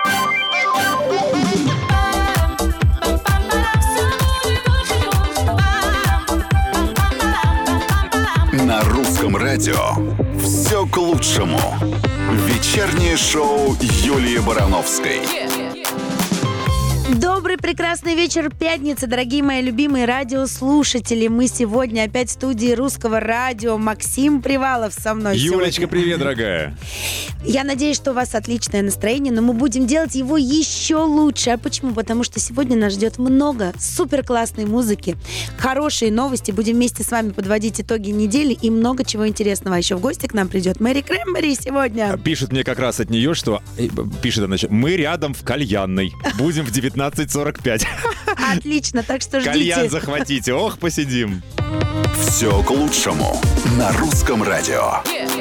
На русском радио все к лучшему. Вечернее шоу Юлии Барановской. Добрый, прекрасный вечер пятницы, дорогие мои любимые радиослушатели. Мы сегодня опять в студии Русского радио. Максим Привалов со мной Юлечка, сегодня. привет, дорогая. Я надеюсь, что у вас отличное настроение, но мы будем делать его еще лучше. А почему? Потому что сегодня нас ждет много супер классной музыки, хорошие новости. Будем вместе с вами подводить итоги недели и много чего интересного. А еще в гости к нам придет Мэри Крэмбери сегодня. Пишет мне как раз от нее, что... Пишет она, мы рядом в кальянной. Будем в 19:45. Отлично, так что ждите. Кальян захватите, ох, посидим. Все к лучшему на русском радио.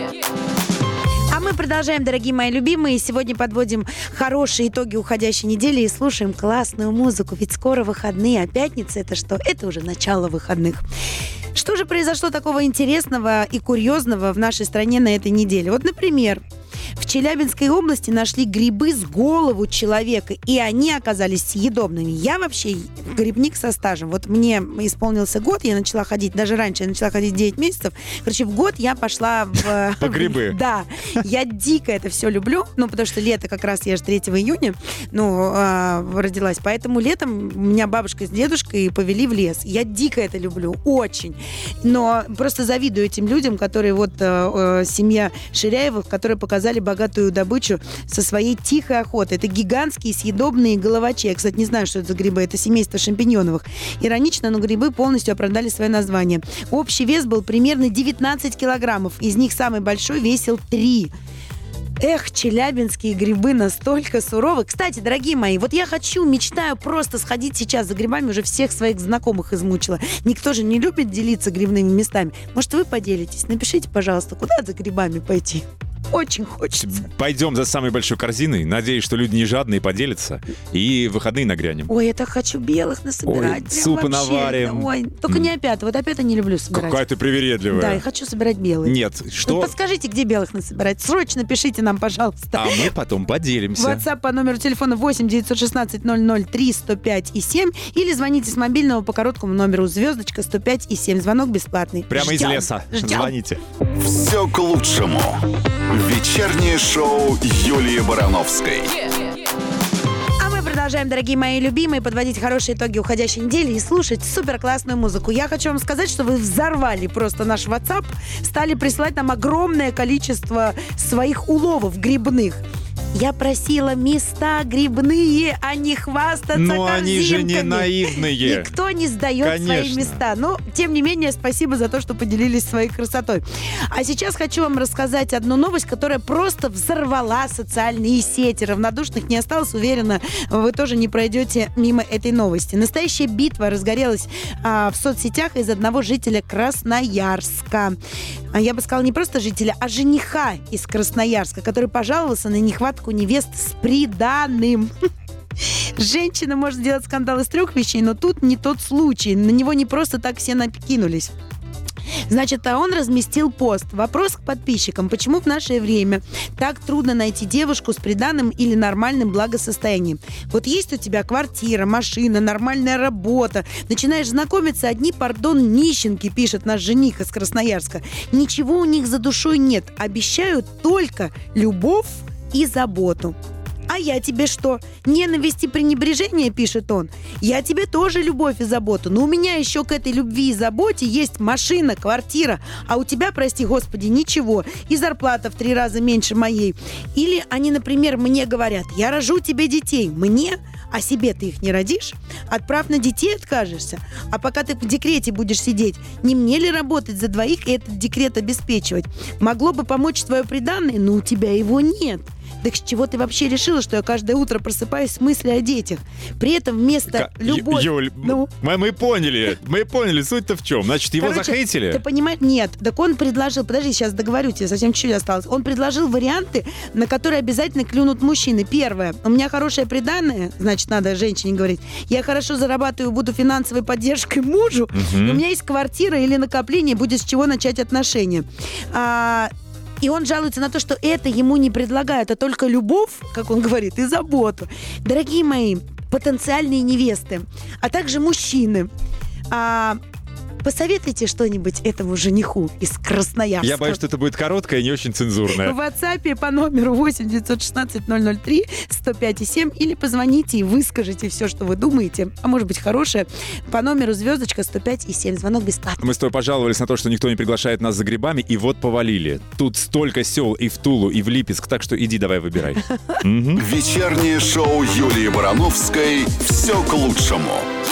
А мы продолжаем, дорогие мои любимые. Сегодня подводим хорошие итоги уходящей недели и слушаем классную музыку. Ведь скоро выходные, а пятница — это что? Это уже начало выходных. Что же произошло такого интересного и курьезного в нашей стране на этой неделе? Вот, например, в Челябинской области нашли грибы с голову человека, и они оказались съедобными. Я вообще грибник со стажем. Вот мне исполнился год, я начала ходить, даже раньше я начала ходить 9 месяцев. Короче, в год я пошла в... По грибы. Да. Я дико это все люблю, потому что лето как раз, я же 3 июня, родилась. Поэтому летом меня бабушка с дедушкой повели в лес. Я дико это люблю, очень. Но просто завидую этим людям, которые семья Ширяевых, которые показали богатую добычу со своей тихой охотой. Это гигантские съедобные головачи. Я, кстати, не знаю, что это за грибы. Это семейство шампиньоновых. Иронично, но грибы полностью оправдали свое название. Общий вес был примерно 19 килограммов. Из них самый большой весил 3. Эх, челябинские грибы настолько суровы. Кстати, дорогие мои, вот я мечтаю просто сходить сейчас за грибами, уже всех своих знакомых измучила. Никто же не любит делиться грибными местами. Может, вы поделитесь? Напишите, пожалуйста, куда за грибами пойти. Очень хочется. Пойдем за самой большой корзиной. Надеюсь, что люди не жадные поделятся. И в выходные нагрянем. Ой, я так хочу белых насобирать. Ой, супы вообще. наварим. Ой, только не опята. Вот опята не люблю собирать. Какая ты привередливая. Да, я хочу собирать белые. Нет, что? Вот подскажите, где белых насобирать. Срочно пишите нам, пожалуйста. А мы потом поделимся. WhatsApp по номеру телефона 8 916 003 105 и 7 или звоните с мобильного по короткому номеру звездочка 105 и 7. Звонок бесплатный. Прямо Ждем. из леса. Ждем. Звоните. Все к лучшему. Вечернее шоу Юлии Барановской. А мы продолжаем, дорогие мои любимые, подводить хорошие итоги уходящей недели и слушать супер классную музыку. Я хочу вам сказать, что вы взорвали просто наш WhatsApp, стали присылать нам огромное количество своих уловов грибных. Я просила места грибные, а не хвастаться Но корзинками. они же не наивные. Никто не сдает свои Конечно. места. Но, тем не менее, спасибо за то, что поделились своей красотой. А сейчас хочу вам рассказать одну новость, которая просто взорвала социальные сети. Равнодушных не осталось. Уверена, вы тоже не пройдете мимо этой новости. Настоящая битва разгорелась в соцсетях из одного жителя Красноярска. Я бы сказала, не просто жителя, а жениха из Красноярска, который пожаловался на нехватку невест с приданым. Женщина может делать скандал из 3 вещей, но тут не тот случай. На него не просто так все накинулись. Значит, он разместил пост. Вопрос к подписчикам. Почему в наше время так трудно найти девушку с приданым или нормальным благосостоянием? Вот есть у тебя квартира, машина, нормальная работа. Начинаешь знакомиться, одни, нищенки, пишет наш жених из Красноярска. Ничего у них за душой нет. Обещают только любовь и заботу. А я тебе что? Ненависть и пренебрежение, пишет он. Я тебе тоже любовь и заботу, но у меня еще к этой любви и заботе есть машина, квартира, а у тебя, прости господи, ничего, и зарплата в 3 раза меньше моей. Или они, например, мне говорят: я рожу тебе детей, мне, а себе ты их не родишь? Отправ на детей откажешься? А пока ты в декрете будешь сидеть, не мне ли работать за 2 и этот декрет обеспечивать? Могло бы помочь твое приданное, но у тебя его нет. Так с чего ты вообще решила, что я каждое утро просыпаюсь с мыслью о детях? При этом вместо любовь... Юль, мы поняли, суть-то в чем? Значит, его захейтили? Ты понимаешь? Нет. Так он предложил... Подожди, сейчас договорю тебе, совсем чуть-чуть осталось. Он предложил варианты, на которые обязательно клюнут мужчины. Первое. У меня хорошее приданное, значит, надо женщине говорить. Я хорошо зарабатываю, буду финансовой поддержкой мужу. У меня есть квартира или накопление, будет с чего начать отношения. И он жалуется на то, что это ему не предлагают, а только любовь, как он говорит, и заботу. Дорогие мои потенциальные невесты, а также мужчины, посоветуйте что-нибудь этому жениху из Красноярска. Я боюсь, что это будет короткое и не очень цензурное. В WhatsApp по номеру 8 916 003 105,7 или позвоните и выскажите все, что вы думаете, а может быть хорошее, по номеру звездочка 105,7. Звонок бесплатный. Мы с тобой пожаловались на то, что никто не приглашает нас за грибами, и вот повалили. Тут столько сел и в Тулу, и в Липецк, так что иди давай выбирай. Вечернее шоу Юлии Барановской «Все к лучшему».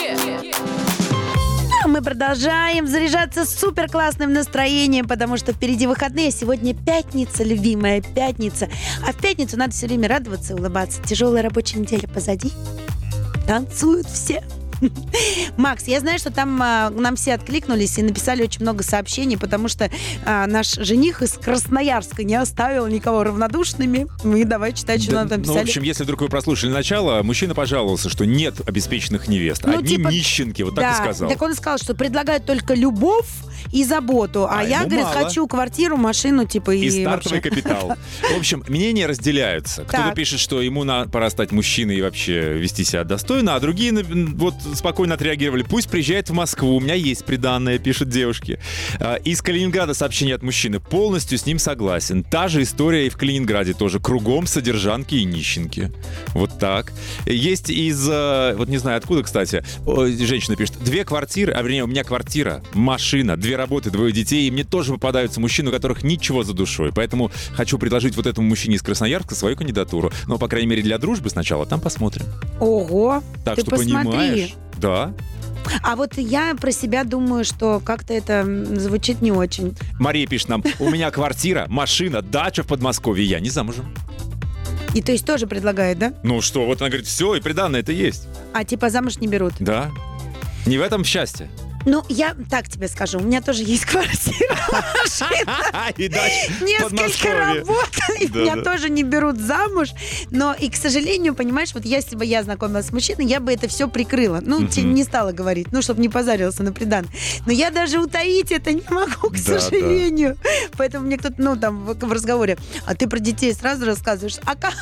Мы продолжаем заряжаться супер классным настроением, потому что впереди выходные. Сегодня пятница, любимая пятница. А в пятницу надо все время радоваться и улыбаться. Тяжелая рабочая неделя позади. Танцуют все. Макс, я знаю, что там нам все откликнулись и написали очень много сообщений, потому что наш жених из Красноярска не оставил никого равнодушными. Мы давай читать, что нам там писали. Ну, в общем, если вдруг вы прослушали начало, мужчина пожаловался, что нет обеспеченных невест. Одни нищенки, вот так и сказал. Так он сказал, что предлагают только любовь и заботу. А я, говорит, хочу квартиру, машину, типа и стартовый капитал. В общем, мнения разделяются. Кто-то пишет, что ему пора стать мужчиной и вообще вести себя достойно, а другие вот спокойно отреагировали. Пусть приезжает в Москву, у меня есть приданное, пишут девушки. Из Калининграда сообщение от мужчины. Полностью с ним согласен. Та же история и в Калининграде тоже. Кругом содержанки и нищенки. Вот так. Есть из... Вот не знаю откуда, кстати. Женщина пишет. 2 квартиры, а вернее у меня квартира, машина, 2 работы, 2 детей. И мне тоже попадаются мужчины, у которых ничего за душой. Поэтому хочу предложить вот этому мужчине из Красноярска свою кандидатуру. Но, по крайней мере, для дружбы сначала. Там посмотрим. Ого! Так ты что посмотри. Понимаешь? Да. А вот я про себя думаю, что как-то это звучит не очень. Мария пишет нам, у меня квартира, машина, дача в Подмосковье, я не замужем. И то есть тоже предлагает, да? Ну что, вот она говорит, все, и приданное это есть. А типа замуж не берут? Да. Не в этом счастье. Ну, я так тебе скажу, у меня тоже есть квартира, машина, и дача в несколько Подмосковье. работ, и меня тоже не берут замуж. Но, и, к сожалению, понимаешь, вот если бы я знакомилась с мужчиной, я бы это все прикрыла. Ну, не стала говорить, ну, чтобы не позарился на приданое. Но я даже утаить это не могу, к сожалению. Поэтому мне кто-то, ну, там, в разговоре, а ты про детей сразу рассказываешь, а как?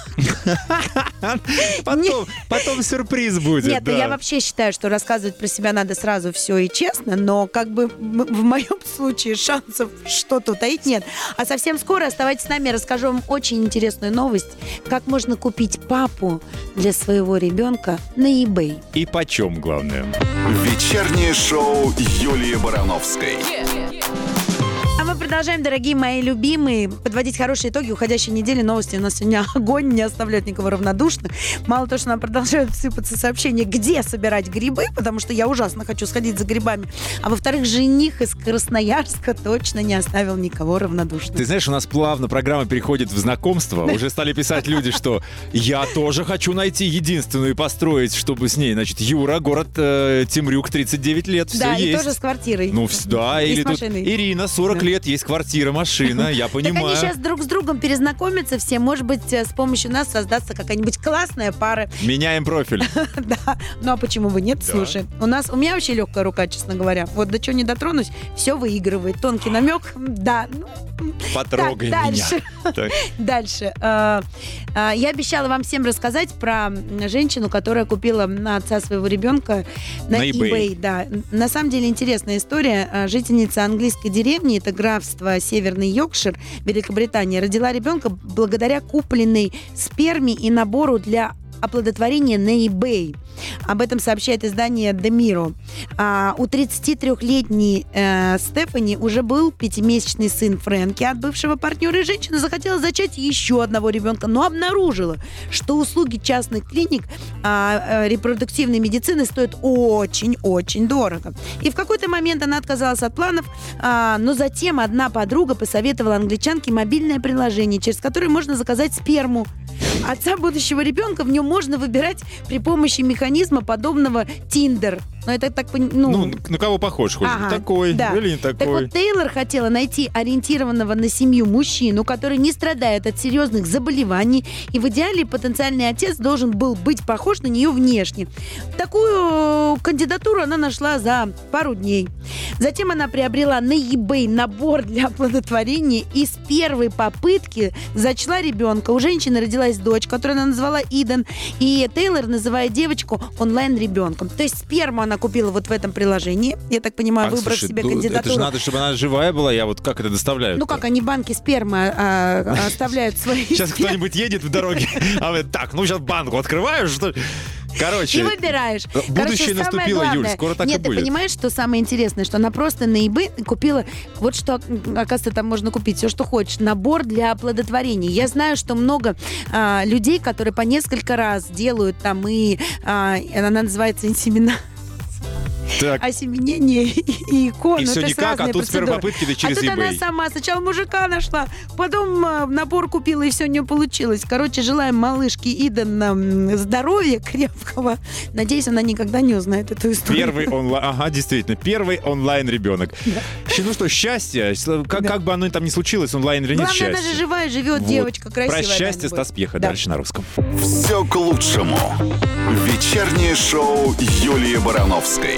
Потом сюрприз будет. Нет, я вообще считаю, что рассказывать про себя надо сразу все и честно, но как бы в моем случае шансов что-то утаить нет. А совсем скоро оставайтесь с нами, я расскажу вам очень интересную новость, как можно купить папу для своего ребенка на eBay. И почем, главное. Вечернее шоу Юлии Барановской. А мы продолжаем, дорогие мои любимые, подводить хорошие итоги уходящей недели. Новости у нас сегодня огонь, не оставляют никого равнодушных. Мало того, что нам продолжают сыпаться сообщения, где собирать грибы, потому что я ужасно хочу сходить за грибами. А во-вторых, жених из Красноярска точно не оставил никого равнодушным. Ты знаешь, у нас плавно программа переходит в знакомство. Уже стали писать люди, что я тоже хочу найти единственную и построить, чтобы с ней, значит, Юра, город Темрюк, 39 лет, все да, есть. Да, и тоже с квартирой. Ну, да, и или с тут машиной. Ирина, 40 лет, есть квартира, машина, я понимаю. Так они сейчас друг с другом перезнакомятся все. Может быть, с помощью нас создастся какая-нибудь классная пара. Меняем профиль. Да. Ну, а почему бы нет? Слушай, у меня вообще легкая рука, честно говоря. Вот до чего не дотронусь, все выигрывает. Тонкий намек, да. Потрогай дальше. меня. Дальше. Я обещала вам всем рассказать про женщину, которая купила на отца своего ребенка на eBay. Да. На самом деле интересная история. Жительница английской деревни, это графство Северный Йоркшир, Великобритания, родила ребенка благодаря купленной сперме и набору для оплодотворения на eBay. Об этом сообщает издание The Mirror. У 33-летней Стефани уже был 5-месячный сын Фрэнки от бывшего партнера, и женщина захотела зачать еще одного ребенка, но обнаружила, что услуги частных клиник репродуктивной медицины стоят очень-очень дорого. И в какой-то момент она отказалась от планов, но затем одна подруга посоветовала англичанке мобильное приложение, через которое можно заказать сперму. отца будущего ребенка в нем можно выбирать при помощи механизма, подобного Tinder. Но это так... На кого похож? Хоть такой или не такой? Так вот, Тейлор хотела найти ориентированного на семью мужчину, который не страдает от серьезных заболеваний, и в идеале потенциальный отец должен был быть похож на нее внешне. Такую кандидатуру она нашла за пару дней. Затем она приобрела на eBay набор для оплодотворения и с первой попытки зачала ребенка. У женщины родилась дочь, которую она назвала Иден, и Тейлор называет девочку онлайн-ребенком. То есть сперму она купила вот в этом приложении, я так понимаю, выбрав себе кандидатуру. Это же надо, чтобы она живая была, как это доставляют? Ну как, они банки спермы оставляют свои... Сейчас кто-нибудь едет в дороге, а вы сейчас банку открываешь, что ли? Короче, и выбираешь. Будущее наступило, Юль, скоро так и будет. Нет, ты понимаешь, что самое интересное, что она просто на eBay купила, вот что, оказывается, там можно купить, все, что хочешь, набор для оплодотворения. Я знаю, что много людей, которые по несколько раз делают там она называется инсеминация. Осеменение и икон. И все никак, а тут с первой попытки да через eBay. А тут она сама сначала мужика нашла, потом набор купила, и все у нее получилось. Короче, желаем малышке Иден здоровья крепкого. Надеюсь, она никогда не узнает эту историю. Действительно, первый онлайн-ребенок. Да. Ну что, счастье, как бы оно там ни случилось, онлайн или нет, счастье. Главное, она же живая, живет девочка красивая. Про счастье Стас Пьеха, дальше на русском. Все к лучшему. Вечернее шоу Юлии Барановской.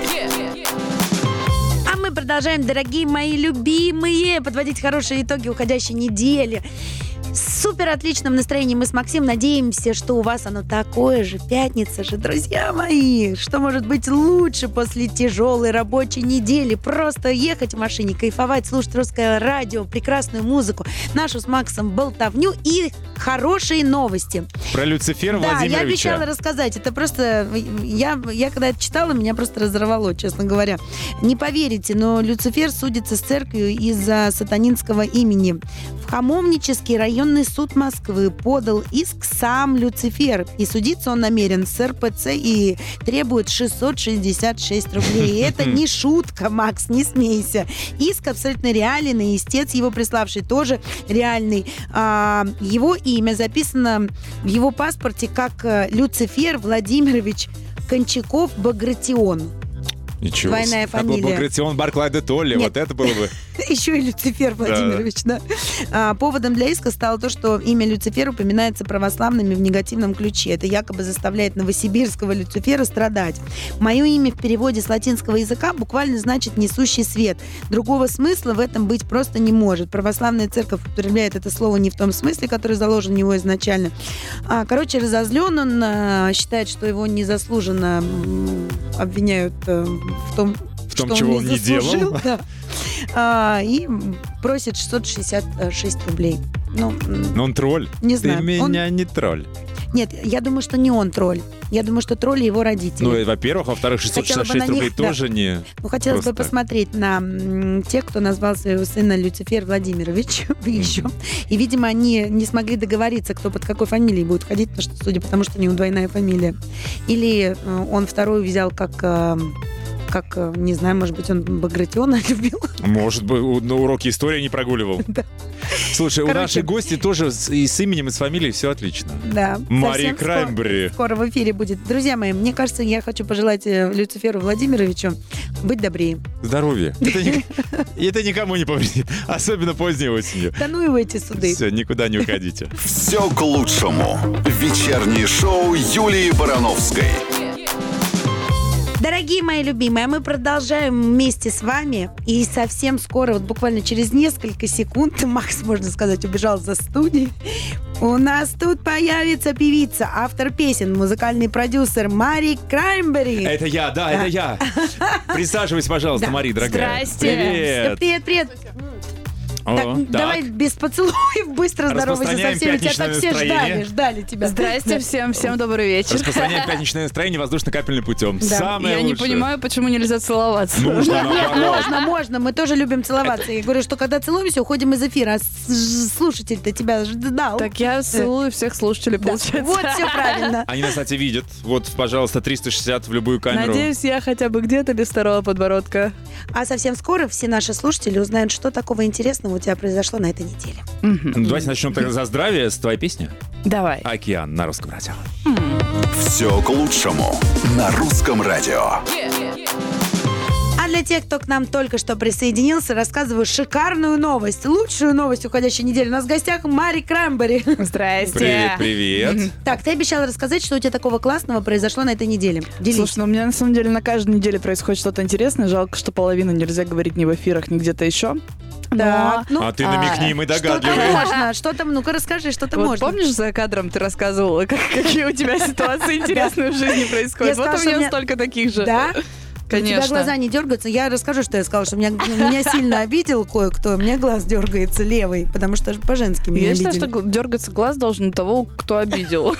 А мы продолжаем, дорогие мои любимые, подводить хорошие итоги уходящей недели. С супер отличным настроением мы с Максимом надеемся, что у вас оно такое же. Пятница же, друзья мои. Что может быть лучше после тяжелой рабочей недели? Просто ехать в машине, кайфовать, слушать русское радио, прекрасную музыку, нашу с Максом болтовню и хорошие новости. Про Люцифера Владимировича. Да, я обещала рассказать. Это просто... Я когда это читала, меня просто разорвало, честно говоря. Не поверите, но Люцифер судится с церковью из-за сатанинского имени. В Хамовнический районный суд Москвы подал иск сам Люцифер. И судиться он намерен с РПЦ и требует 666 рублей. И это не шутка, Макс, не смейся. Иск абсолютно реален, и истец его приславший тоже реальный. Его имя записано в его паспорте как Люцифер Владимирович Кончаков-Багратион. Ничего. Двойная фамилия. Багратион Барклай де Толли, вот это было бы... Еще и Люцифер Владимирович, да. Поводом для иска стало то, что имя Люцифер упоминается православными в негативном ключе. Это якобы заставляет новосибирского Люцифера страдать. Мое имя в переводе с латинского языка буквально значит «несущий свет». Другого смысла в этом быть просто не может. Православная церковь употребляет это слово не в том смысле, который заложен в него изначально. Короче, разозлен он, считает, что его незаслуженно обвиняют в том, чего он не делал. Да. И просит 666 рублей. Но он тролль. Не знаю. Ты меня не тролль. Нет, я думаю, что не он тролль. Я думаю, что тролли его родители. Во-первых, во-вторых, 666 рублей тоже не... Хотелось бы посмотреть на тех, кто назвал своего сына Люцифер Владимирович еще. И, видимо, они не смогли договориться, кто под какой фамилией будет ходить, судя по тому, что у него двойная фамилия. Или он вторую взял как, не знаю, может быть, он Багратиона любил. Может быть, на уроке истории не прогуливал. Да. Слушай, у нашей гости тоже и с именем, и с фамилией все отлично. Да. Мария Краймбери. Скоро в эфире будет. Друзья мои, мне кажется, я хочу пожелать Люциферу Владимировичу быть добрее. Здоровья. Это никому не повредит. Особенно поздней осенью. Да ну и в эти суды. Все, никуда не уходите. Все к лучшему. Вечернее шоу Юлии Барановской. Дорогие мои любимые, мы продолжаем вместе с вами. И совсем скоро, вот буквально через несколько секунд, Макс, можно сказать, убежал за студией. У нас тут появится певица, автор песен, музыкальный продюсер Мари Краймбери. Это я, да, это я. Присаживайся, пожалуйста, Мари, дорогая. Здрасте. Привет. Так, давай без поцелуев быстро здоровайся со всеми. Тебя так все ждали тебя. Здрасте всем добрый вечер. Распространяем пятничное настроение воздушно-капельным путем. Да. Я не понимаю, почему нельзя целоваться. Можно. Мы тоже любим целоваться. Я говорю, что когда целуемся, уходим из эфира. А слушатель-то тебя ждал. Так я целую всех слушателей, получается. Вот, все правильно. Они нас, кстати, видят. Вот, пожалуйста, 360 в любую камеру. Надеюсь, я хотя бы где-то без второго подбородка. А совсем скоро все наши слушатели узнают, что такого интересного у тебя произошло на этой неделе. Ну, давайте начнем тогда за здравие с твоей песни. Давай. «Океан» на Русском радио. Все к лучшему на Русском радио. А для тех, кто к нам только что присоединился, рассказываю шикарную новость. Лучшую новость уходящей недели. У нас в гостях Мари Краймбери. Здрасте. Привет. Так, ты обещала рассказать, что у тебя такого классного произошло на этой неделе. Делись. Слушай, ну у меня на самом деле на каждой неделе происходит что-то интересное. Жалко, что половину нельзя говорить ни в эфирах, ни где-то еще. Так, ну, А ты намекни, мы что-то догадливые. можно. Что там, ну-ка расскажи, что-то Вот можно. помнишь, за кадром ты рассказывала, какие у тебя ситуации интересные в жизни происходят? Я Вот сказала, у что у меня меня- столько таких же. Да? У тебя Конечно. глаза не дергаются. Я расскажу, что я сказала, что меня сильно обидел кое-кто. У меня глаз дергается левый, потому что по-женски меня Я считаю, обидели. что дергаться глаз должен у того, кто обидел.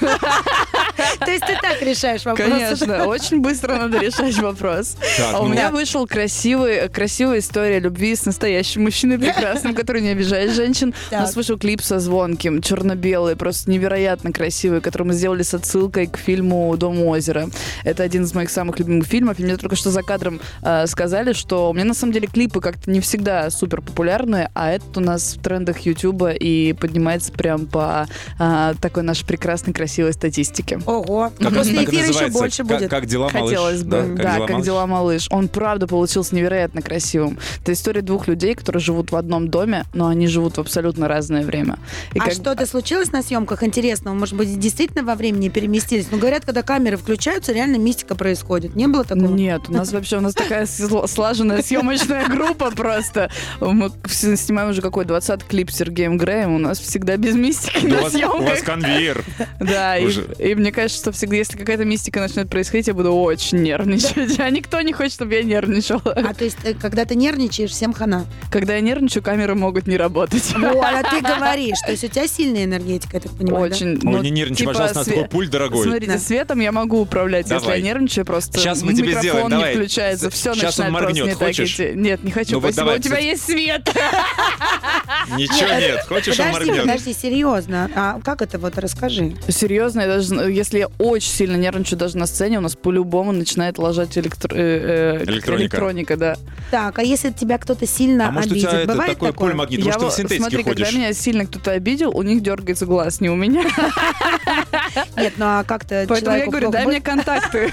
То есть ты так решаешь вопрос? Конечно, очень быстро надо решать вопрос. Так, А у ну, меня вышел красивая история любви с настоящим мужчиной прекрасным, который не обижает женщин. У Так. нас вышел клип со Звонким, черно-белый, просто невероятно красивый, который мы сделали с отсылкой к фильму «Дом у озера». Это один из моих самых любимых фильмов. И мне только что за кадром сказали, что у меня на самом деле клипы как-то не всегда супер популярны, а этот у нас в трендах Ютуба и поднимается прям по такой нашей прекрасной красивой статистике. Ого. Как После так эфира еще называется? больше будет. Как дела, малыш? Хотелось бы. Да, как малыш? дела, малыш? Он правда получился невероятно красивым. Это история двух людей, которые живут в одном доме, но они живут в абсолютно разное время. И А как- что-то случилось на съемках интересного? Может быть, действительно во времени переместились? Ну, говорят, когда камеры включаются, реально мистика происходит. Не было такого? Нет, у нас такая слаженная съемочная группа просто. Мы снимаем уже какой 20-й клип с Сергеем Греем. У нас всегда без мистики Да на у вас съемках. конвейер. Да, Уже. и мне кажется, что всегда, если какая-то мистика начнет происходить, я буду очень нервничать. А никто не хочет, чтобы я нервничала. А то есть, когда ты нервничаешь, всем хана. Когда я нервничаю, камеры могут не работать. Вот, а ты говоришь. То есть у тебя сильная энергетика, я так понимаю, да? Очень. Ой, не нервничай, пожалуйста, у нас такой пульт дорогой. Смотрите, Да. светом я могу управлять, если Давай. я нервничаю, просто Сейчас мы тебе микрофон сделаем, не давай. включается, все Сейчас он начинает просто моргнет, не так хочешь? идти. Нет, не хочу, Ну вот спасибо, давай, у тебя кстати. есть свет. Ничего нет. Хочешь, он моргнет? Подожди, серьезно. А как это вот, расскажи. Серьезно, я даже, если я очень сильно нервничаю даже на сцене, у нас по-любому начинает ложать электроника, да. Так, а если тебя кто-то сильно А может, у обидит? тебя это Бывает такой такое? полимагнит? Может, ты в синтетике смотри, ходишь? когда меня сильно кто-то обидел, у них дергается глаз, не у меня. Нет, ну а как-то Поэтому я человеку говорю, плохо дай мне будет? контакты.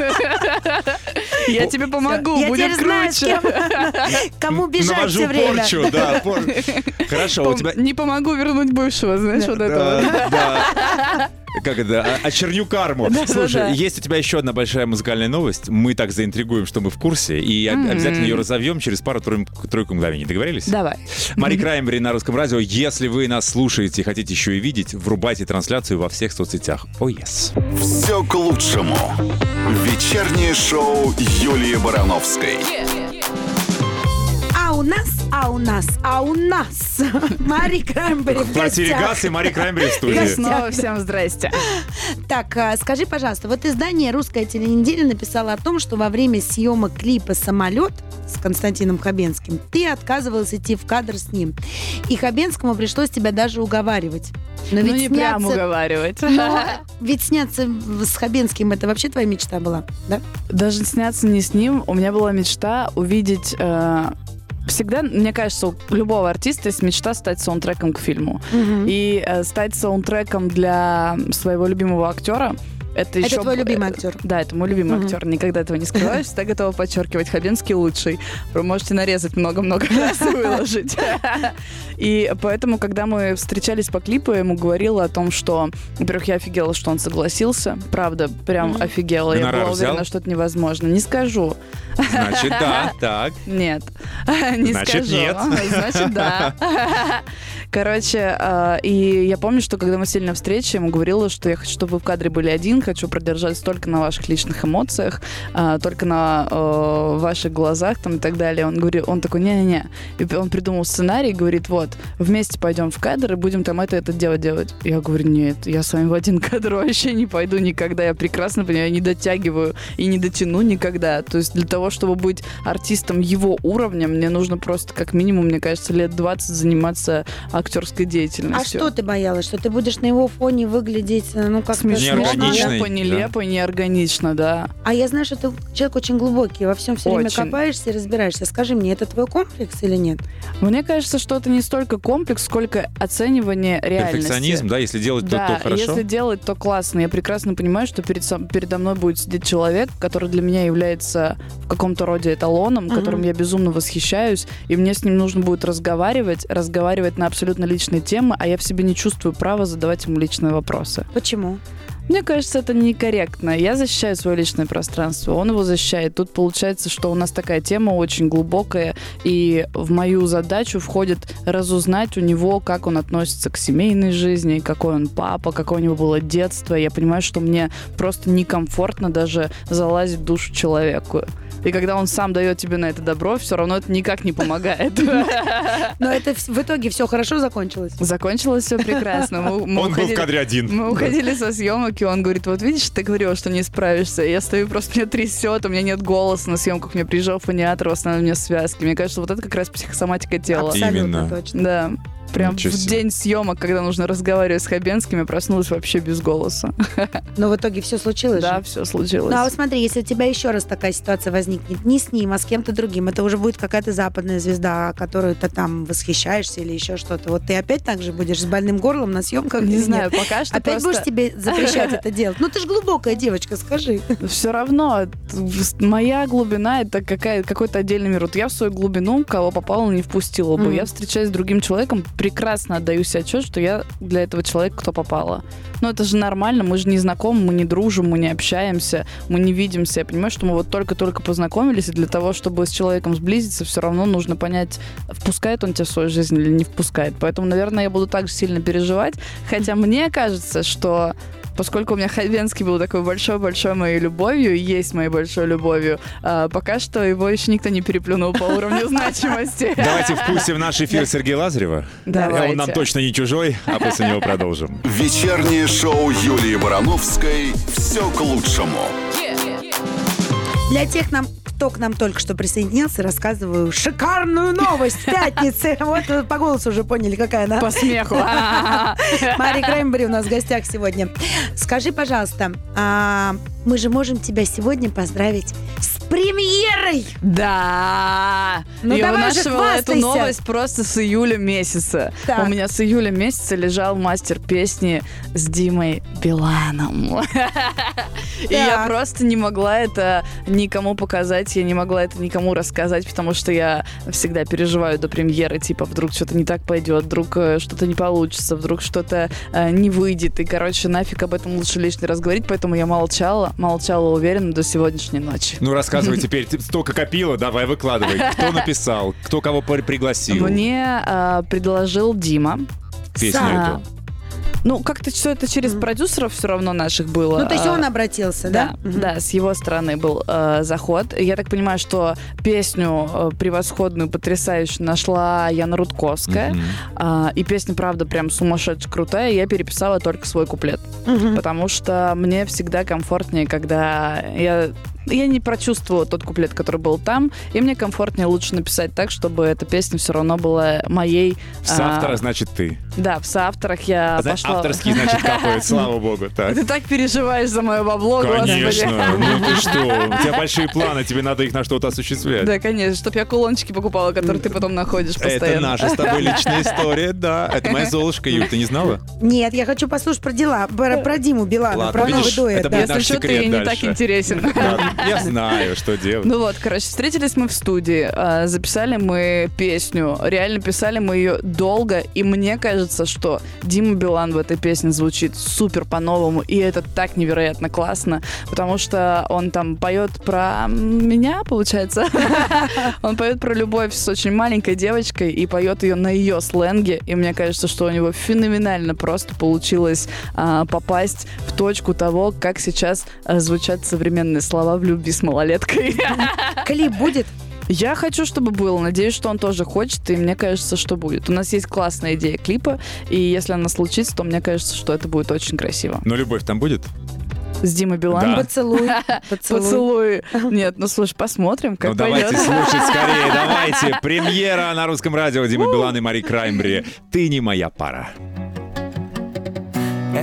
Я тебе помогу, Я будет теперь знаю, с круче. кому бежать Навожу все время. порчу, да. Хорошо, у тебя... Не помогу вернуть бывшего, знаешь, вот этого. Да. Как это? Очерню карму. Слушай, есть у тебя еще одна большая музыкальная новость. Мы так заинтригуем, что мы в курсе, и обязательно ее разовьем через пару-тройку мгновений. Договорились? Давай. Мари Краймбери на Русском радио. Если вы нас слушаете и хотите еще и видеть, врубайте трансляцию во всех соцсетях. О, yes. Все к лучшему. Вечернее шоу Юлии Барановской. А у нас Мари Краймбери в Квартире гостях. Газ и Мари Краймбери в И студии. снова всем здрасте. Так, скажи, пожалуйста, вот издание «Русская теленеделя» написало о том, что во время съемок клипа «Самолет» с Константином Хабенским ты отказывалась идти в кадр с ним. И Хабенскому пришлось тебя даже уговаривать. Но Ну, ведь не прям сняться... уговаривать. Но ведь сняться с Хабенским — это вообще твоя мечта была, да? Даже сняться не с ним. У меня была мечта увидеть... Всегда, мне кажется, у любого артиста есть мечта стать саундтреком к фильму. И стать саундтреком для своего любимого актера. Это еще... твой любимый актер? Да, это мой любимый актер. Никогда этого не скрываю. Всегда готова подчеркивать. Хабенский лучший. Вы можете нарезать много-много раз и выложить. И поэтому, когда мы встречались по клипу, я ему говорила о том, что, во-первых, я офигела, что он согласился. Правда, прям офигела. Я Гонорар была взял? уверена, что это невозможно. Не скажу. Значит, да, так. Нет. Не Значит, скажу. нет. Значит, да. Короче, и я помню, что когда мы сели на встрече, я ему говорила, что я хочу, чтобы вы в кадре были один, хочу продержаться только на ваших личных эмоциях, только на ваших глазах там, и так далее. Он такой, не-не-не. И он придумал сценарий и говорит, вот, вместе пойдем в кадр и будем там это делать. Я говорю, нет, я с вами в один кадр вообще не пойду никогда. Я прекрасно понимаю, я не дотягиваю и не дотяну никогда. То есть для того, чтобы быть артистом его уровня, мне нужно просто как минимум, мне кажется, лет 20 заниматься актерской А деятельностью. что ты боялась? Что ты будешь на его фоне выглядеть, ну, как-то Смешно. Неорганично, нелепо, неорганично, да. А я знаю, что ты человек очень глубокий, во всем все время Очень. копаешься и разбираешься. Скажи мне, это твой комплекс или нет? Мне кажется, что это не столько комплекс, сколько оценивание реальности. Перфекционизм, да, если делать, то хорошо. Если делать, то классно. Я прекрасно понимаю, что передо мной будет сидеть человек, который для меня является в каком-то роде эталоном, которым я безумно восхищаюсь, и мне с ним нужно будет разговаривать на абсолютно личные темы, а я в себе не чувствую права задавать ему личные вопросы. Почему? Мне кажется, это некорректно. Я защищаю свое личное пространство, он его защищает. Тут получается, что у нас такая тема очень глубокая, и в мою задачу входит разузнать у него, как он относится к семейной жизни, какой он папа, какое у него было детство. Я понимаю, что мне просто некомфортно даже залазить в душу человеку. И когда он сам дает тебе на это добро, все равно это никак не помогает. Но это в итоге все хорошо закончилось? Закончилось все прекрасно. Он был в кадре один. Мы уходили со съемок, и он говорит, вот видишь, ты говорила, что не справишься. Я стою, просто меня трясет, у меня нет голоса на съемках, мне приезжал фониатор, восстанавливал мне связки. Мне кажется, вот это как раз психосоматика тела. Абсолютно Именно. точно. Да. Прям Ничего в себе. день съемок, когда нужно разговаривать с Хабенским, я проснулась вообще без голоса. Но в итоге все случилось Да, же? все случилось. Ну, а вот смотри, если у тебя еще раз такая ситуация возникнет, не с ним, а с кем-то другим, это уже будет какая-то западная звезда, которую ты там восхищаешься или еще что-то. Вот ты опять так же будешь с больным горлом на съемках? Не или знаю, нет? пока что Опять будешь тебе запрещать это делать? Ну, ты же глубокая девочка, скажи. Все равно моя глубина — это какой-то отдельный мир. Вот я в свою глубину, кого попало, не впустила бы. Я встречаюсь с другим человеком, прекрасно отдаю себе отчет, что я для этого человека кто попала. Но это же нормально, мы же не знакомы, мы не дружим, мы не общаемся, мы не видимся. Я понимаю, что мы вот только-только познакомились, и для того, чтобы с человеком сблизиться, все равно нужно понять, впускает он тебя в свою жизнь или не впускает. Поэтому, наверное, я буду так же сильно переживать. Хотя мне кажется, что поскольку у меня Хабенский был такой большой-большой моей любовью, и есть моей большой любовью, пока что его еще никто не переплюнул по уровню значимости. Давайте впустим в наш эфир Сергея Лазарева. Давайте. Он нам точно не чужой, а после него продолжим. Вечернее шоу Юлии Барановской «Все к лучшему». Для тех, кто к нам только что присоединился, рассказываю шикарную новость пятницы. Вот по голосу уже поняли, какая она. По смеху. Мари Краймбрери у нас в гостях сегодня. Скажи, пожалуйста, мы же можем тебя сегодня поздравить с премьерой! Да! Ну, Я давай же, вынашивала эту хвастайся. новость просто с июля месяца. Так. У меня с июля месяца лежал мастер песни с Димой Биланом. И я просто не могла это никому показать, я не могла это никому рассказать, потому что я всегда переживаю до премьеры, типа, вдруг что-то не так пойдет, вдруг что-то не получится, вдруг что-то не выйдет, и, короче, нафиг об этом лучше лишний раз говорить, поэтому я молчала уверенно до сегодняшней ночи. Ну, рассказывай теперь. Ты столько копила, давай выкладывай. Кто написал, кто кого пригласил. Мне предложил Дима. Песню эту. Ну, как-то все это через продюсеров все равно наших было. Ну, то есть он обратился, да? Да, с его стороны был заход. Я так понимаю, что песню превосходную, потрясающую нашла Яна Рудковская. И песня, правда, прям сумасшедше крутая. Я переписала только свой куплет. Потому что мне всегда комфортнее, когда я не прочувствовала тот куплет, который был там, и мне комфортнее лучше написать так, чтобы эта песня все равно была моей. В соавторах, значит, ты. Да, в соавторах я пошла. Авторские, значит, капают, слава богу. Так. Ты так переживаешь за мое бабло, Конечно. господи. Ну ты что? У тебя большие планы, тебе надо их на что-то осуществлять. Да, конечно, чтобы я кулончики покупала, которые ты потом находишь постоянно. Это наша с тобой личная история, да. Это моя Золушка, Юль, ты не знала? Нет, я хочу послушать про Диму Билана, Ладно, про новый видишь, дуэт. это да. будет Если наш что, ты секрет не дальше. так интересен. Да, я знаю, что делать. Ну вот, короче, встретились мы в студии, записали мы песню, реально писали мы ее долго, и мне кажется, что Дима Билан в этой песне звучит супер по-новому, и это так невероятно классно, потому что он там поет про меня, получается. Он поет про любовь с очень маленькой девочкой и поет ее на ее сленге, и мне кажется, что у него феноменально просто получилось попасть в точку того, как сейчас звучат современные слова в любви с малолеткой. Клип будет? Я хочу, чтобы был. Надеюсь, что он тоже хочет, и мне кажется, что будет. У нас есть классная идея клипа, и если она случится, то мне кажется, что это будет очень красиво. Но любовь там будет? С Димой Биланом? Да. Поцелуй. Поцелуй. Нет, ну слушай, посмотрим, как Ну давайте пойдет. слушать скорее, давайте. Премьера на русском радио Дима Билан и Мари Краймбрери. Ты не моя пара. Это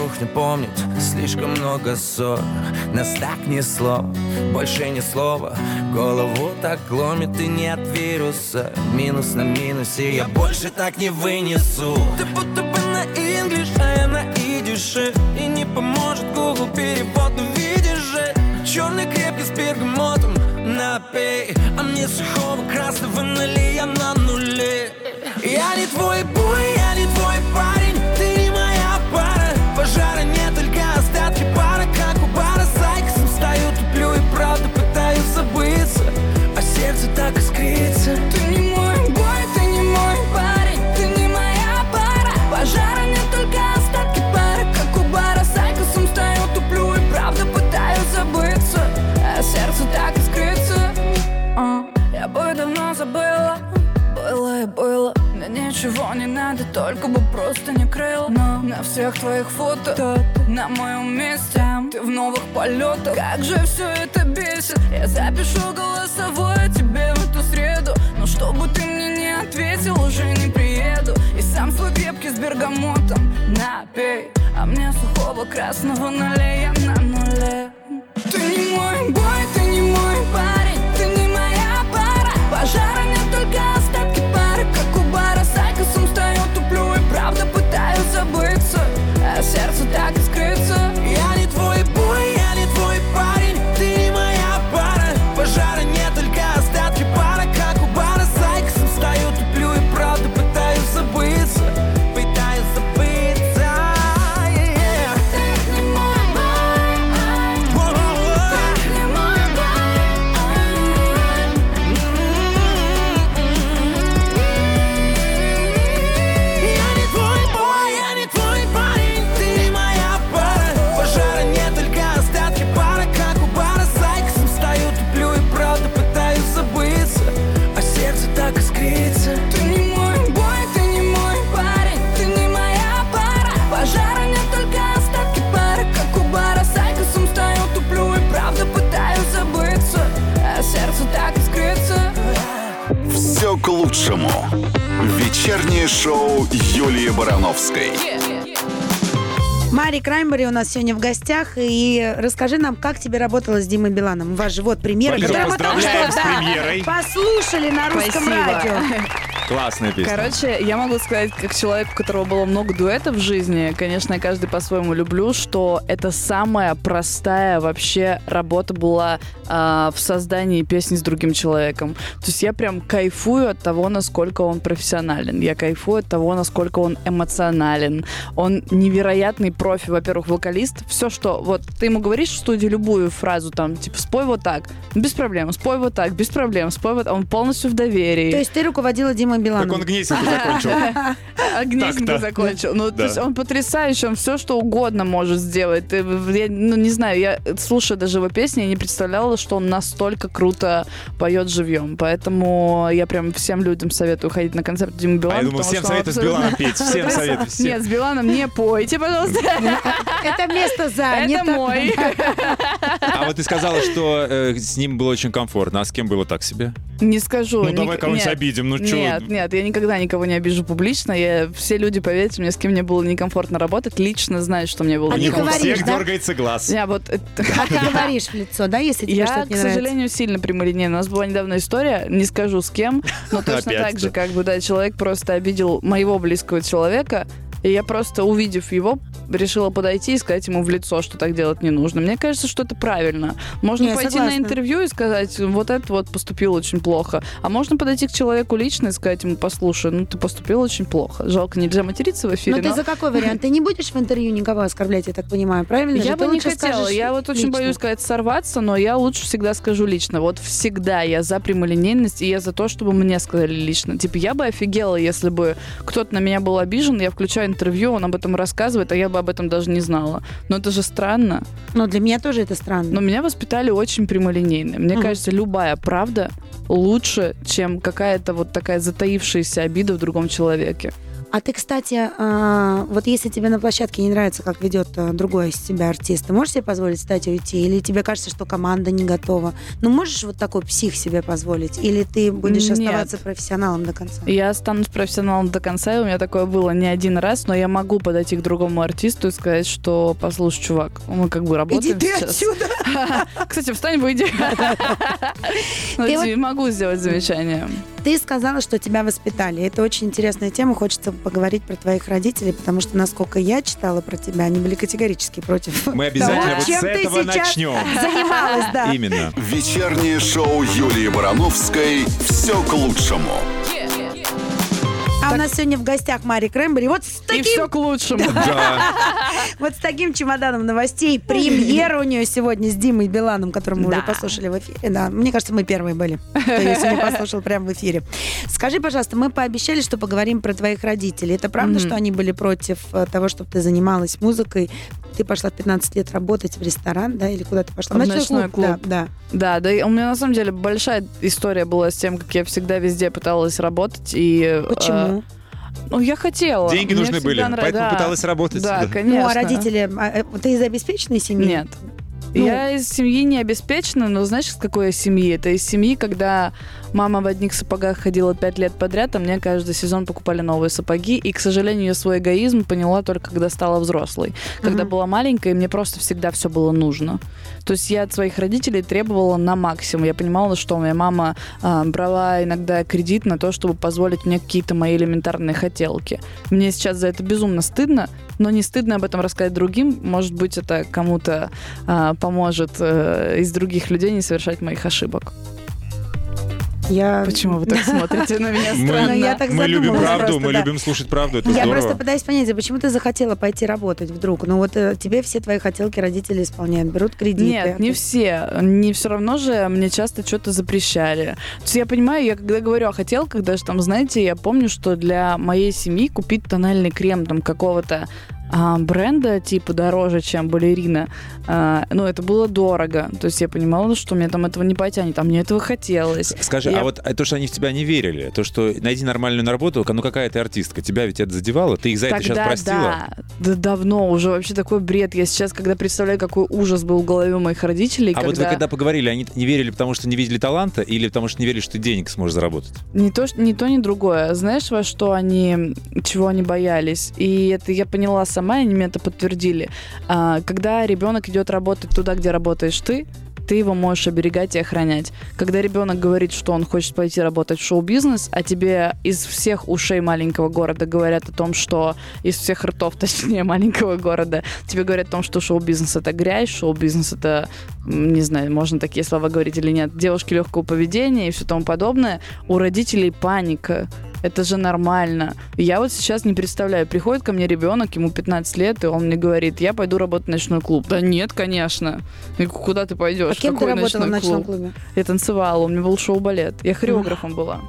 кухня помнит слишком много ссор. Нас так несло, больше ни слова. Голову так ломит и нет вируса. Минус на минусе, я больше так не вынесу. Ты будто бы на инглиш, а я на идише. И не поможет Google перевод, но видишь же, черный крепкий с бергамотом напей. А мне сухого красного налей, я на нуле. Я не твой бой, я не твой парень, ты не моя пара. Пожара нет, только остатки пара. Как у бара с Айкосом стою, туплю и правда пытаюсь забыться. А сердце так искрится. Ты не мой бой, ты не мой парень, ты не моя пара. Пожара нет, только остатки пара. Как у бара с Айкосом стою, туплю и правда пытаюсь забыться. А сердце так искрится. Я бы давно забыла. Было и было, мне ничего не надо, только бы просто не крыл. Но на всех твоих фото, на моем месте, ты в новых полетах. Как же все это бесит. Я запишу голосовое тебе в эту среду, но чтобы ты мне не ответил, уже не приеду. И сам свой крепкий с бергамотом напей. А мне сухого красного налей, я на нуле. Ты не мой бой, ты не мой парень, ты не моя пара. Пожара нет, только остатки пары. Как у бара с Айкосом стою, туплю и правда пытаюсь забыться. А сердце так искрится. Я не твой бой, я не твой парень, ты не моя пара. Пожара нет, только остатки пара. Как у бара с Айкосом стою, туплю и правда пытаюсь забыться. Пытаюсь забыться. Ты не мой бой, ты не мой Я не твой бой, я не твой парень, ты не моя пара. Пожара нет, только остатки пара. Как у бара с Айкосом стою, туплю и правда пытаюсь забыться. А сердце так искрится. Ты не мой бой, ты не мой парень, ты не моя пара. Пожара нет, только остатки пары. Как у бара с Айкосом стою, туплю и правда пытаюсь забыться. А сердце так искрится. Все к лучшему. Вечернее шоу Юлии Барановской. Мари Краймбери у нас сегодня в гостях. И расскажи нам, как тебе работало с Димой Биланом. У вас же вот премьера. Во-первых, которую мы только поздравляем что, с премьерой. послушали на русском Спасибо. радио. Классная песня. Короче, я могу сказать, как человек, у которого было много дуэтов в жизни, конечно, я каждый по-своему люблю, что это самая простая вообще работа была в создании песни с другим человеком. То есть я прям кайфую от того, насколько он профессионален. Я кайфую от того, насколько он эмоционален. Он невероятный профи, во-первых, вокалист. Все, что вот ты ему говоришь в студии любую фразу, там, типа, спой вот так, без проблем, спой вот так, без проблем, спой вот так. Он полностью в доверии. То есть ты руководила Димой Биланом. Так он Гнесинку закончил. Гнесинку Так-то. закончил. Ну, Да. то есть он потрясающий, он все, что угодно может сделать. Я, не знаю, я, слушая даже его песни, я не представляла, что он настолько круто поет живьем. Поэтому я прям всем людям советую ходить на концерт Димы Билана. А я думал, потому всем что он советую с абсолютно- Биланом петь. Всем советую. всем. Нет, с Биланом не пойте, пожалуйста. Это место занято. Это мой. А вот ты сказала, что с ним было очень комфортно. А с кем было так себе? Не скажу. Ну, давай кого-нибудь Нет. обидим. Ну, чё? Нет, я никогда никого не обижу публично. Все люди, поверьте мне, с кем мне было некомфортно работать, лично знают, что мне было А У ты них у говоришь, всех да? дергается глаз. Я вот... А ты говоришь в лицо, да, если тебе Я, что-то к не нравится? сожалению, сильно прямолинейна. У нас была недавно история, не скажу с кем, но точно Опять, так же, да. как бы, да, человек просто обидел моего близкого человека, и я просто, увидев его, решила подойти и сказать ему в лицо, что так делать не нужно. Мне кажется, что это правильно. Можно Не, пойти согласна. на интервью и сказать, вот это вот поступил очень плохо. А можно подойти к человеку лично и сказать ему, послушай, ну ты поступил очень плохо. Жалко, нельзя материться в эфире, Но ты за какой вариант? Ты не будешь в интервью никого оскорблять, я так понимаю, правильно? же? Я Ты бы не лучше хотела. скажешь Я вот очень лично. боюсь сказать сорваться, но я лучше всегда скажу лично. Вот всегда я за прямолинейность, и я за то, чтобы мне сказали лично. Типа, я бы офигела, если бы кто-то на меня был обижен, я включаю интервью, он об этом рассказывает, а я бы об этом даже не знала. Но это же странно. Но для меня тоже это странно. Но меня воспитали очень прямолинейно. Мне кажется, любая правда лучше, чем какая-то вот такая затаившаяся обида в другом человеке. А ты, кстати, вот если тебе на площадке не нравится, как ведет другой из тебя артист, ты можешь себе позволить встать и уйти? Или тебе кажется, что команда не готова? Ну, можешь вот такой псих себе позволить? Или ты будешь оставаться профессионалом до конца? Я останусь профессионалом до конца, и у меня такое было не один раз, но я могу подойти к другому артисту и сказать, что, послушай, чувак, мы как бы работаем Иди ты сейчас. отсюда! Кстати, встань, выйди. Могу сделать замечание. Ты сказала, что тебя воспитали. Это очень интересная тема. Хочется поговорить про твоих родителей, потому что, насколько я читала про тебя, они были категорически против Мы обязательно того, вот с чем ты этого сейчас начнем. занималась, да. Именно. Вечернее шоу Юлии Барановской «Все к лучшему». А у нас сегодня в гостях Мари Краймбрери. Вот с И таким, все к лучшему. Да. вот с таким чемоданом новостей. Премьера у нее сегодня с Димой Биланом, которого мы уже послушали в эфире. Да, мне кажется, мы первые были, кто ее сегодня послушал прямо в эфире. Скажи, пожалуйста, мы пообещали, что поговорим про твоих родителей. Это правда, что они были против того, чтобы ты занималась музыкой? Ты пошла в 15 лет работать в ресторан, да, или куда ты пошла? В ночной клуб. Да. Да, у меня на самом деле большая история была с тем, как я всегда везде пыталась работать. И, Почему? Ну, я хотела. Деньги Мне нужны были, всегда поэтому пыталась работать. Да, Да. конечно. Ну, а родители, ты из обеспеченной семьи? Нет. Ну. Я из семьи не обеспеченной, но знаешь, из какой я семьи? Это из семьи, когда мама в одних сапогах ходила 5 лет подряд, а мне каждый сезон покупали новые сапоги. И, к сожалению, я свой эгоизм поняла только когда стала взрослой. Когда была маленькая, мне просто всегда все было нужно. То есть я от своих родителей требовала на максимум. Я понимала, что моя мама брала иногда кредит на то, чтобы позволить мне какие-то мои элементарные хотелки. Мне сейчас за это безумно стыдно, но не стыдно об этом рассказать другим. Может быть, это кому-то поможет из других людей не совершать моих ошибок. Почему вы так смотрите на меня странно? Я так Мы любим задумалась правду, просто, мы да. любим слушать правду, это Я здорово. просто пытаюсь понять, почему ты захотела пойти работать вдруг? Ну вот тебе все твои хотелки родители исполняют, берут кредиты. Нет, не все. Не все равно же мне часто что-то запрещали. То есть я понимаю, я когда говорю о хотелках, даже там, знаете, я помню, что для моей семьи купить тональный крем там какого-то бренда типа дороже, чем балерина, ну, это было дорого. То есть я понимала, что мне там этого не потянет, а мне этого хотелось. Скажи, а вот то, что они в тебя не верили, то, что найди нормальную работу, ну какая ты артистка, тебя ведь это задевало? Ты их за это сейчас простила? Да, давно уже вообще такой бред. Я сейчас, когда представляю, какой ужас был в голове у моих родителей, А вот вы когда поговорили, они не верили, потому что не видели таланта, или потому что не верили, что ты денег сможешь заработать? Ни то, ни другое. Знаешь, во что они, чего они боялись? И это я поняла сама, и они мне это подтвердили. Когда ребенок идет работать туда, где работаешь ты его можешь оберегать и охранять. Когда ребенок говорит, что он хочет пойти работать в шоу-бизнес, а тебе из всех ушей маленького города говорят о том, что из всех ртов, точнее, маленького города, тебе говорят о том, что шоу-бизнес — это грязь, шоу-бизнес — это, не знаю, можно такие слова говорить или нет, девушки легкого поведения и все тому подобное, у родителей паника. Это же нормально. Я вот сейчас не представляю, приходит ко мне ребенок, ему 15 лет, и он мне говорит, я пойду работать в ночной клуб. Да нет, конечно. И куда ты пойдешь? А кем Какой ты работала в ночной ночном клубе? Я танцевала, у меня был шоу-балет. Я хореографом была.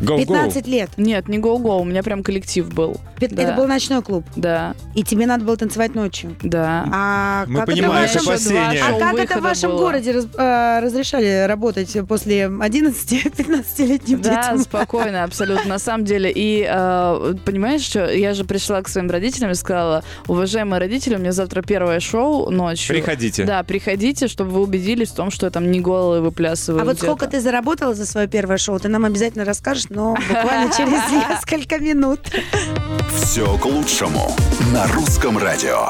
15 лет. Нет, не гоу-гоу, у меня прям коллектив был. Это Да. был ночной клуб. Да, И тебе надо было танцевать ночью. да. А Мы как понимаем это в вашем- опасения. А как это Шоу-выхода в вашем было. городе разрешали работать после 11-15-летним Да, детям? спокойно, абсолютно, на самом деле. И понимаешь, что я же пришла к своим родителям и сказала, уважаемые родители, у меня завтра первое шоу ночью. Приходите. Да, приходите, чтобы вы убедились в том, что я там не голая выплясываю. А вот где-то. сколько ты заработала за свое первое шоу, ты нам обязательно расскажешь, но буквально через несколько минут. «Все к лучшему» на русском радио.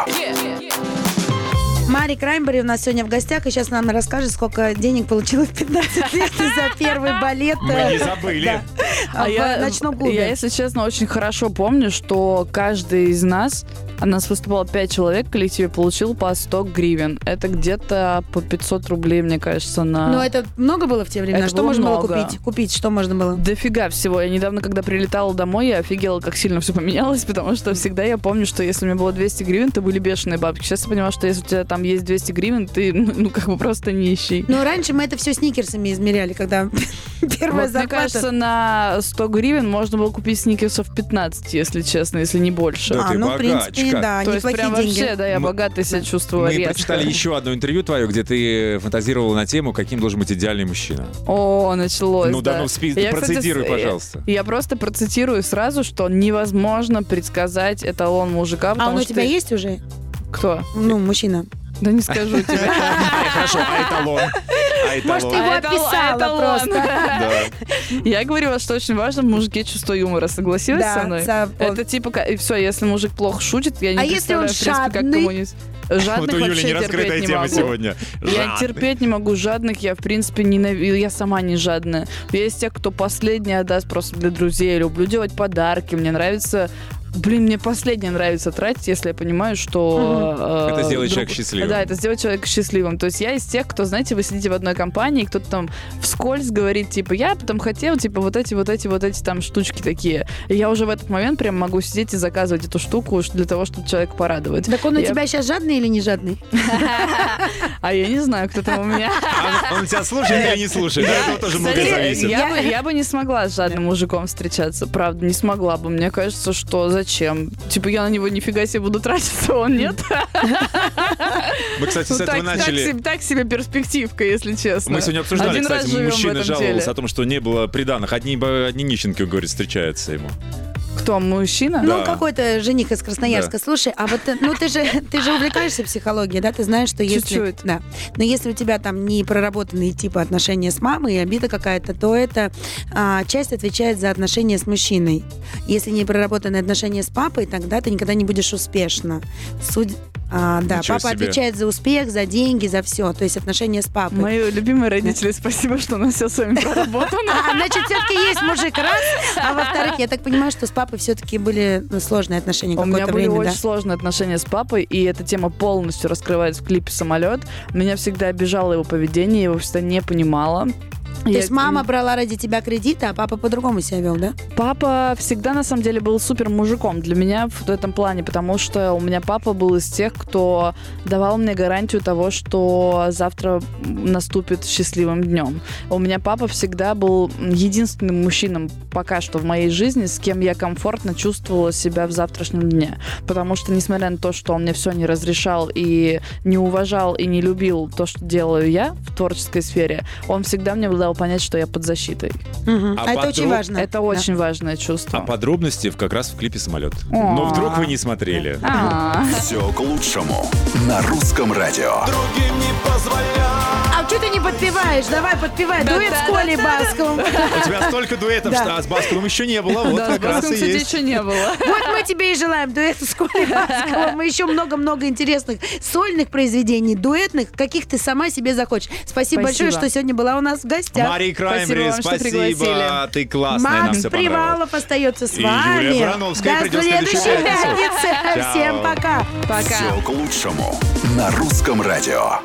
Мари Краймбрери у нас сегодня в гостях, и сейчас нам расскажет, сколько денег получила в 15 лет за первый балет Мы не забыли. в ночном клубе. Я, если честно, очень хорошо помню, что каждый из нас, у нас выступало 5 человек в коллективе, получил по 100 гривен. Это где-то по 500 рублей, мне кажется, на... Но это много было в те времена? Это Что было можно было много. купить? Купить, что можно было? Дофига всего. Я недавно, когда прилетала домой, я офигела, как сильно все поменялось, потому что всегда я помню, что если у меня было 200 гривен, то были бешеные бабки. Сейчас я поняла, что если у тебя там есть 200 гривен, ты, ну как бы просто нищий. Но раньше мы это все сникерсами измеряли, когда первая Вот, мне зарплата... кажется, на 100 гривен можно было купить сникерсов 15, если честно, если не больше. Да ты в принципе, как? да, То есть неплохие прям деньги. вообще, да, я богатой себя чувствую Мы резко. прочитали еще одно интервью твое, где ты фантазировала на тему, каким должен быть идеальный мужчина. О, началось, Ну да, ну Я, процитируй, кстати, пожалуйста. Я просто процитирую сразу, что невозможно предсказать эталон мужика, А потому он у что... тебя есть уже? Кто? Ну, мужчина. Да не скажу тебе. Хорошо, а эталон? Может, ты его описала просто. Да. Я говорила, что очень важно в мужике чувство юмора. Согласилась Да, со мной? Это типа, и все, если мужик плохо шутит, я не А если он представляю, в принципе, как жадный? кому-нибудь... Жадных Вот у Юли вообще не раскрытая терпеть не тема могу. сегодня. Я Жадный. терпеть не могу жадных, я, в принципе, ненавижу. Я сама не жадная. Я из тех, кто последний отдаст просто для друзей. Люблю делать подарки. Мне нравится... мне последнее нравится тратить, если я понимаю, что... Это сделает человека счастливым. Да, это сделает человека счастливым. То есть я из тех, кто, знаете, вы сидите в одной компании, кто-то там вскользь говорит, типа, я потом хотел, типа, вот эти там штучки такие. И я уже в этот момент прям могу сидеть и заказывать эту штуку для того, чтобы человека порадовать. Так он у тебя сейчас жадный или не жадный? А я не знаю, кто там у меня. Он тебя слушает или не слушает? Да, это тоже многое зависит. Я бы не смогла с жадным мужиком встречаться. Правда, не смогла бы. Мне кажется, что зачем? Типа, я на него нифига себе буду тратиться, он нет. Мы, кстати, с этого начали. Так себе перспективка, если честно. Мы сегодня обсуждали, Один раз кстати, живем в мужчина этом жаловался теле. о том, что не было приданых. Одни нищенки, говорит, встречаются ему. Кто, мужчина? Да. Ну, какой-то жених из Красноярска. Да. Слушай, а вот ты же увлекаешься психологией, да? Ты знаешь, что если... Чуть-чуть. Да. Но если у тебя там не проработанные типа отношения с мамой и обида какая-то, то эта часть отвечает за отношения с мужчиной. Если не проработанные отношения с папой, тогда ты никогда не будешь успешна. Да, Ничего папа себе. отвечает за успех, за деньги, за все. То есть отношения с папой. Мои любимые родители, спасибо, что у нас все с вами проработано. Значит, все-таки есть мужик, раз. А во-вторых, я так понимаю, что с папой все-таки были сложные отношения У меня какое-то были время, очень да? сложные отношения с папой, и эта тема полностью раскрывается в клипе «Самолет». Меня всегда обижало его поведение, я его всегда не понимала. То есть мама брала ради тебя кредиты, а папа по-другому себя вел, да? Папа всегда, на самом деле, был супер мужиком для меня в этом плане, потому что у меня папа был из тех, кто давал мне гарантию того, что завтра наступит счастливым днем. У меня папа всегда был единственным мужчиной пока что в моей жизни, с кем я комфортно чувствовала себя в завтрашнем дне. Потому что, несмотря на то, что он мне все не разрешал и не уважал и не любил то, что делаю я в творческой сфере, он всегда мне дал понять, что я под защитой. А это очень важно. Это очень важное чувство. А подробности как раз в клипе «Самолет». О. Но вдруг вы не смотрели. Все к лучшему на русском радио. А что ты не подпеваешь? Давай подпевай. Дуэт с Колей Басковым. У тебя столько дуэтов, Да. что с Басковым еще не было. Вот Да, с как раз Басковым, и кстати, есть. еще не было. Вот мы тебе и желаем дуэта с Колей Басковым. И еще много-много интересных сольных произведений, дуэтных, каких ты сама себе захочешь. Спасибо большое, что сегодня была у нас в гостях. Мария Краймбери, Спасибо вам, что пригласили. Ты классная, нам Макс все понравилось. Привалов остается с И вами. Юлия Барановская До придет в следующую следующей пятницу. пятницы. Чао. Всем пока. Пока. Все к лучшему на русском радио.